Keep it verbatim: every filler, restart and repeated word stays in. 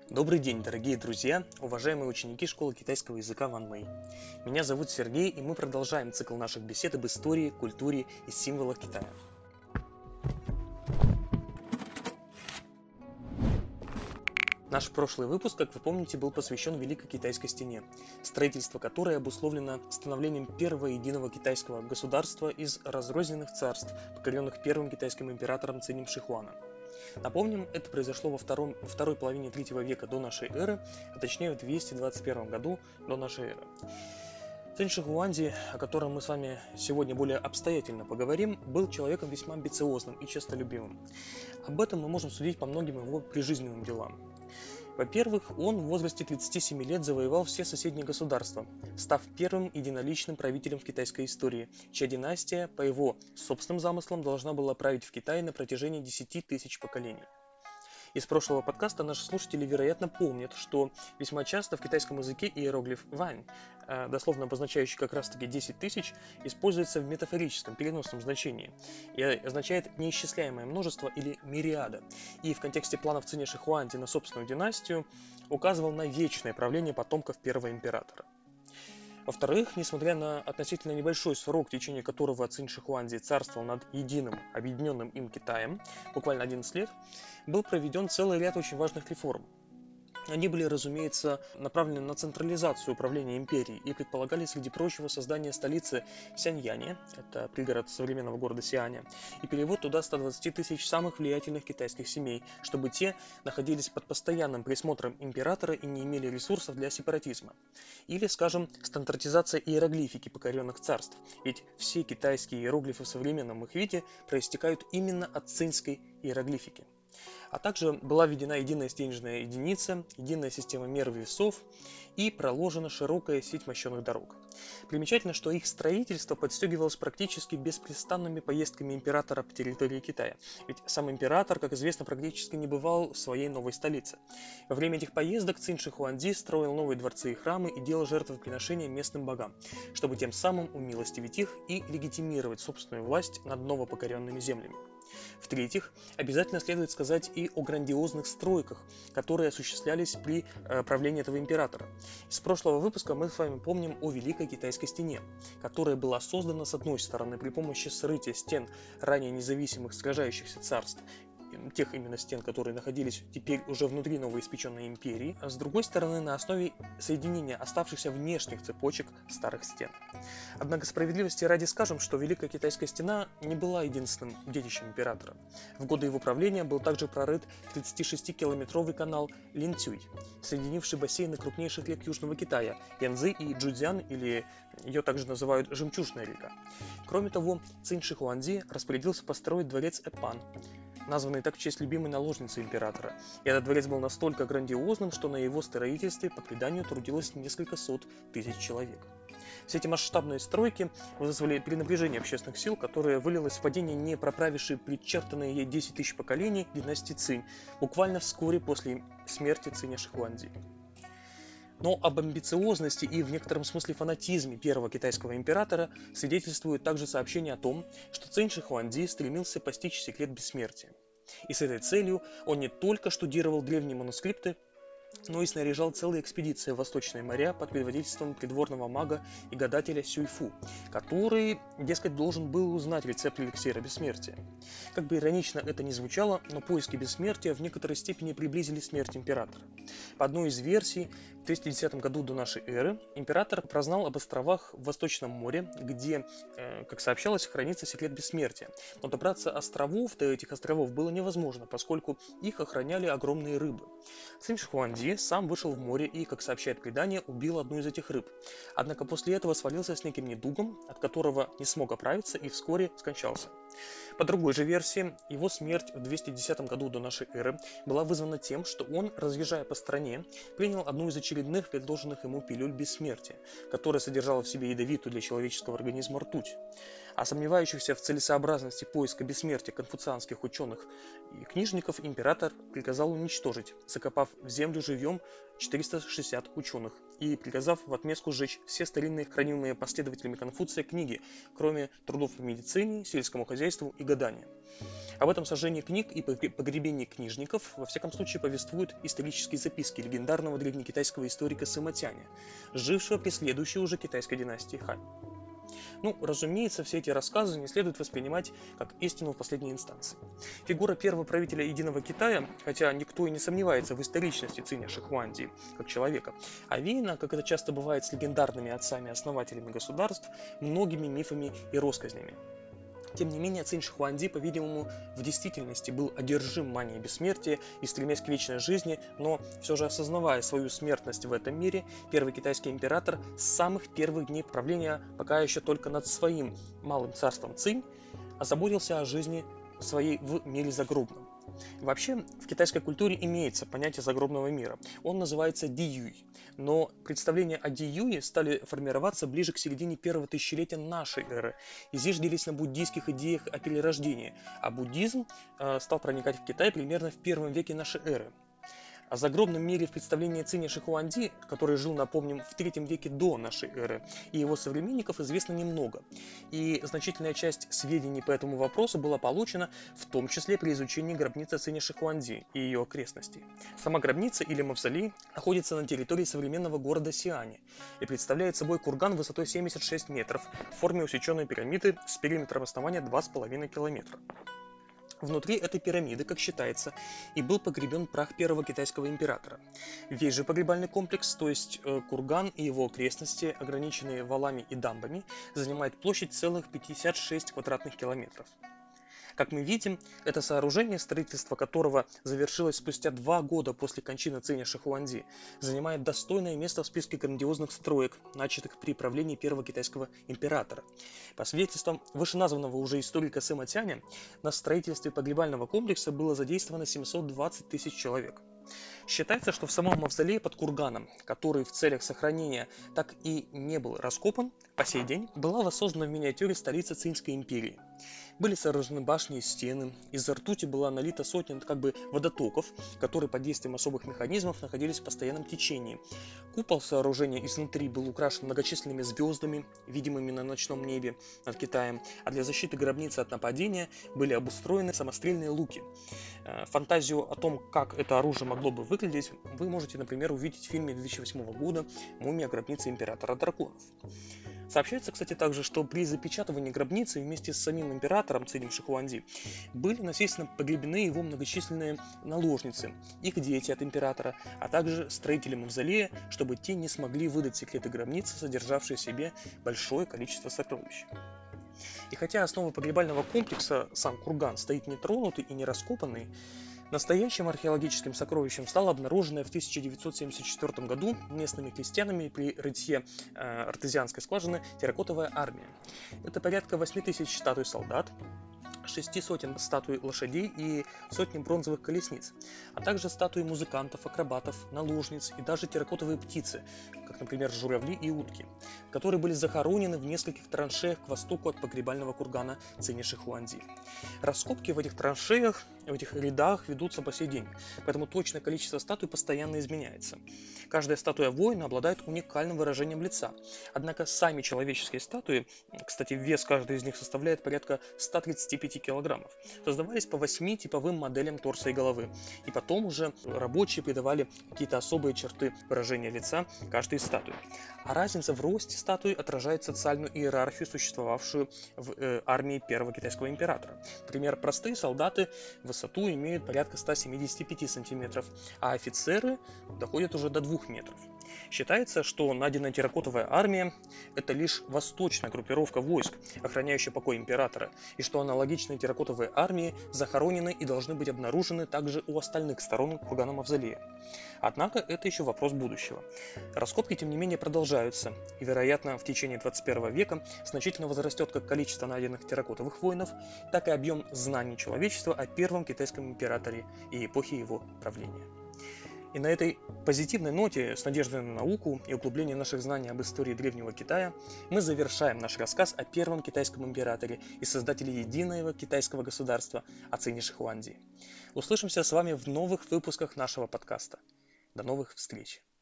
Добрый день, дорогие друзья, уважаемые ученики школы китайского языка Ван Мэй. Меня зовут Сергей, и мы продолжаем цикл наших бесед об истории, культуре и символах Китая. Наш прошлый выпуск, как вы помните, был посвящен Великой Китайской стене, строительство которой обусловлено становлением первого единого китайского государства из разрозненных царств, покоренных первым китайским императором Цинем Шихуаном. Напомним, это произошло во, втором, во второй половине третьего века до нашей эры, а точнее в двести двадцать первом году до нашей эры. Цинь Шихуанди, о котором мы с вами сегодня более обстоятельно поговорим, был человеком весьма амбициозным и честолюбивым. Об этом мы можем судить по многим его прижизненным делам. Во-первых, он в возрасте тридцати семи лет завоевал все соседние государства, став первым единоличным правителем в китайской истории, чья династия, по его собственным замыслам, должна была править в Китае на протяжении десяти тысяч поколений. Из прошлого подкаста наши слушатели, вероятно, помнят, что весьма часто в китайском языке иероглиф «вань», дословно обозначающий как раз-таки десять тысяч, используется в метафорическом, переносном значении и означает неисчисляемое множество или мириада. И в контексте планов Циня Шихуанди на собственную династию указывал на вечное правление потомков первого императора. Во-вторых, несмотря на относительно небольшой срок, в течение которого Цинь Шихуанди царствовал над единым, объединенным им Китаем, буквально одиннадцать лет, был проведен целый ряд очень важных реформ. Они были, разумеется, направлены на централизацию управления империей и предполагали, среди прочего, создание столицы Сяньяне, это пригород современного города Сианя, и перевод туда ста двадцати тысяч самых влиятельных китайских семей, чтобы те находились под постоянным присмотром императора и не имели ресурсов для сепаратизма. Или, скажем, стандартизация иероглифики покоренных царств, ведь все китайские иероглифы в современном их виде проистекают именно от цинской иероглифики. А также была введена единая денежная единица, единая система мер и весов и проложена широкая сеть мощенных дорог. Примечательно, что их строительство подстегивалось практически беспрестанными поездками императора по территории Китая, ведь сам император, как известно, практически не бывал в своей новой столице. Во время этих поездок Цинь Шихуанди строил новые дворцы и храмы и делал жертвоприношения местным богам, чтобы тем самым умилостивить их и легитимировать собственную власть над новопокоренными землями. В-третьих, обязательно следует сказать и о грандиозных стройках, которые осуществлялись при э, правлении этого императора. Из прошлого выпуска мы с вами помним о Великой Китайской стене, которая была создана с одной стороны при помощи срытия стен ранее независимых сражающихся царств, тех именно стен, которые находились теперь уже внутри новоиспеченной империи, а с другой стороны на основе соединения оставшихся внешних цепочек старых стен. Однако справедливости ради скажем, что Великая Китайская стена не была единственным детищем императора. В годы его правления был также прорыт тридцатишестикилометровый канал Линцюй, соединивший бассейны крупнейших рек Южного Китая – Янцзы и Чжуцзян, или ее также называют Жемчужная река. Кроме того, Цинь Шихуанди распорядился построить дворец Эпан, названный так в честь любимой наложницы императора. И этот дворец был настолько грандиозным, что на его строительстве, по преданию, трудилось несколько сот тысяч человек. Все эти масштабные стройки вызвали перенапряжение общественных сил, которое вылилось в падение не проправившей предчертанные ей десять тысяч поколений династии Цинь, буквально вскоре после смерти Циня Шихуанди. Но об амбициозности и в некотором смысле фанатизме первого китайского императора свидетельствует также сообщение о том, что Цинь Шихуанди стремился постичь секрет бессмертия. И с этой целью он не только штудировал древние манускрипты, но и снаряжал целые экспедиции в Восточные моря под предводительством придворного мага и гадателя Сюйфу, который, дескать, должен был узнать рецепт эликсира бессмертия. Как бы иронично это ни звучало, но поиски бессмертия в некоторой степени приблизили смерть императора. По одной из версий, в триста десятом году до нашей эры император прознал об островах в Восточном море, где, э, как сообщалось, хранится секрет бессмертия. Но добраться островов до этих островов было невозможно, поскольку их охраняли огромные рыбы. Цинь Шихуанди сам вышел в море и, как сообщает предание, убил одну из этих рыб. Однако после этого свалился с неким недугом, от которого не смог оправиться и вскоре скончался. По другой же версии, его смерть в двести десятом году до нашей эры была вызвана тем, что он, разъезжая по стране, принял одну из очередных предложенных ему пилюль бессмертия, которая содержала в себе ядовитую для человеческого организма ртуть. А сомневающихся в целесообразности поиска бессмертия конфуцианских ученых и книжников император приказал уничтожить, закопав в землю живьем четыреста шестьдесят ученых и приказав в отместку сжечь все старинные хранимые последователями Конфуция книги, кроме трудов по медицине, сельскому хозяйству и гаданию. Об этом сожжении книг и погребении книжников, во всяком случае, повествуют исторические записки легендарного древнекитайского историка Сыма Тяня, жившего при следующей уже китайской династии Хань. Ну, разумеется, все эти рассказы не следует воспринимать как истину в последней инстанции. Фигура первого правителя Единого Китая, хотя никто и не сомневается в историчности Циня Шихуанди как человека, овеяна, как это часто бывает с легендарными отцами-основателями государств, многими мифами и россказнями. Тем не менее, Цинь Шихуанди, по-видимому, в действительности был одержим манией бессмертия и стремясь к вечной жизни, но все же осознавая свою смертность в этом мире, первый китайский император с самых первых дней правления, пока еще только над своим малым царством Цинь, озаботился о жизни своей в мире загробном. Вообще, в китайской культуре имеется понятие загробного мира. Он называется Диюй. Но представления о Диюе стали формироваться ближе к середине первого тысячелетия нашей эры и зиждились на буддийских идеях о перерождении, а буддизм э, стал проникать в Китай примерно в первом веке нашей эры. О загробном мире в представлении Циня Шихуанди, который жил, напомним, в третьем веке до нашей эры, и его современников известно немного. И значительная часть сведений по этому вопросу была получена в том числе при изучении гробницы Циня Шихуанди и ее окрестностей. Сама гробница или мавзолей находится на территории современного города Сиани и представляет собой курган высотой семьдесят шесть метров в форме усеченной пирамиды с периметром основания два с половиной километра. Внутри этой пирамиды, как считается, и был погребен прах первого китайского императора. Весь же погребальный комплекс, то есть э, курган и его окрестности, ограниченные валами и дамбами, занимает площадь целых пятьдесят шесть квадратных километров. Как мы видим, это сооружение, строительство которого завершилось спустя два года после кончины Циня Шихуанди, занимает достойное место в списке грандиозных строек, начатых при правлении первого китайского императора. По свидетельствам вышеназванного уже историка Сыма Тяня, на строительстве погребального комплекса было задействовано семьсот двадцать тысяч человек. Считается, что в самом мавзолее под курганом, который в целях сохранения так и не был раскопан, по сей день была воссоздана в миниатюре столица Цинской империи. Были сооружены башни и стены, из ртути была налита сотня как бы водотоков, которые под действием особых механизмов находились в постоянном течении. Купол сооружения изнутри был украшен многочисленными звездами, видимыми на ночном небе над Китаем, а для защиты гробницы от нападения были обустроены самострельные луки. Фантазию о том, как это оружие могло бы выглядеть, вы можете, например, увидеть в фильме две тысячи восьмого года «Мумия гробницы императора драконов». Сообщается, кстати, также, что при запечатывании гробницы вместе с самим императором Цинем Шихуанди были насильственно погребены его многочисленные наложницы, их дети от императора, а также строители мавзолея, чтобы те не смогли выдать секреты гробницы, содержавшие в себе большое количество сокровищ. И хотя основа погребального комплекса, сам курган, стоит нетронутый и не раскопанный, настоящим археологическим сокровищем стало обнаруженное в тысяча девятьсот семьдесят четвёртом году местными крестьянами при рытье э, артезианской скважины терракотовая армия. Это порядка восемь тысяч статуй солдат, шести сотен статуй лошадей и сотни бронзовых колесниц, а также статуи музыкантов, акробатов, наложниц и даже терракотовые птицы, как, например, журавли и утки, которые были захоронены в нескольких траншеях к востоку от погребального кургана Циня Шихуанди. Раскопки в этих траншеях, в этих рядах ведутся по сей день, поэтому точное количество статуй постоянно изменяется. Каждая статуя воина обладает уникальным выражением лица, однако сами человеческие статуи, кстати, вес каждой из них составляет порядка ста тридцати пяти килограммов, создавались по восьми типовым моделям торса и головы, и потом уже рабочие придавали какие-то особые черты выражения лица каждой из статуй. А разница в росте статуи отражает социальную иерархию, существовавшую в э, армии первого китайского императора. Например, простые солдаты в высоту имеют порядка ста семидесяти пяти сантиметров, а офицеры доходят уже до двух метров. Считается, что найденная терракотовая армия – это лишь восточная группировка войск, охраняющая покой императора, и что аналогичные терракотовые армии захоронены и должны быть обнаружены также у остальных сторон кургана мавзолея. Однако это еще вопрос будущего. Раскопки, тем не менее, продолжаются, и, вероятно, в течение двадцать первого века значительно возрастет как количество найденных терракотовых воинов, так и объем знаний человечества о первом китайском императоре и эпохе его правления. И на этой позитивной ноте, с надеждой на науку и углубление наших знаний об истории Древнего Китая, мы завершаем наш рассказ о первом китайском императоре и создателе единого китайского государства, о Цине Шихуанди. Услышимся с вами в новых выпусках нашего подкаста. До новых встреч!